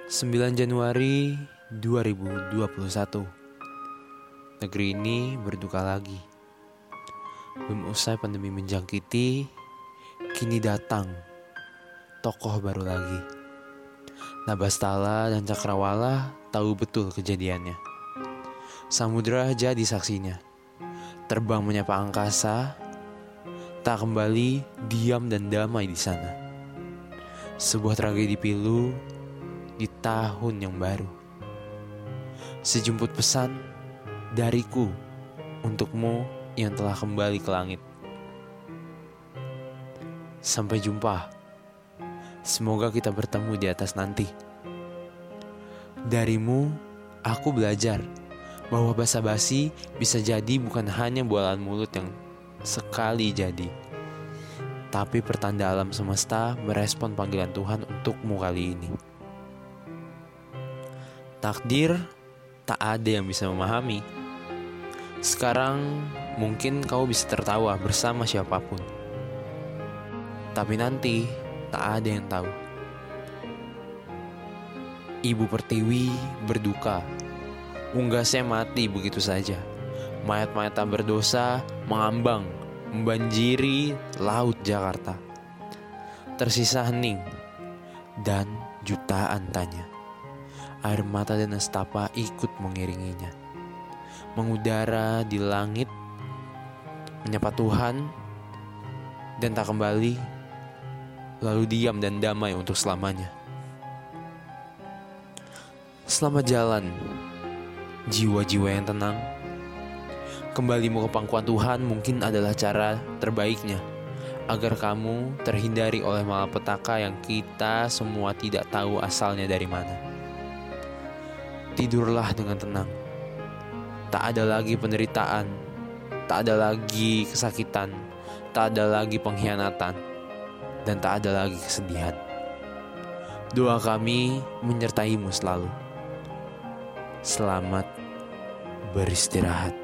9 Januari 2021. Negeri ini berduka lagi. Belum usai pandemi menjangkiti, kini datang tokoh baru lagi. Nabastala dan Cakrawala tahu betul kejadiannya. Samudra jadi saksinya. Terbang menyapa angkasa, tak kembali diam dan damai di sana. Sebuah tragedi pilu di tahun yang baru. Sejumput pesan dariku untukmu yang telah kembali ke langit. Sampai jumpa. Semoga kita bertemu di atas nanti. Darimu aku belajar bahwa basa-basi bisa jadi bukan hanya bualan mulut yang sekali jadi, tapi pertanda alam semesta merespon panggilan Tuhan untukmu kali ini. Takdir tak ada yang bisa memahami. Sekarang mungkin kau bisa tertawa bersama siapapun, tapi nanti tak ada yang tahu. Ibu Pertiwi berduka. Unggasnya mati begitu saja. Mayat-mayat tak berdosa mengambang, membanjiri laut Jakarta. Tersisa hening dan jutaan tanya. Air mata dan nestapa ikut mengiringinya, mengudara di langit, menyapa Tuhan, dan tak kembali, lalu diam dan damai untuk selamanya. Selamat jalan, jiwa-jiwa yang tenang. Kembalimu ke pangkuan Tuhan mungkin adalah cara terbaiknya, agar kamu terhindari oleh malapetaka yang kita semua tidak tahu asalnya dari mana. Tidurlah dengan tenang. Tak ada lagi penderitaan, tak ada lagi kesakitan, tak ada lagi pengkhianatan, dan tak ada lagi kesedihan. Doa kami menyertaimu selalu. Selamat beristirahat.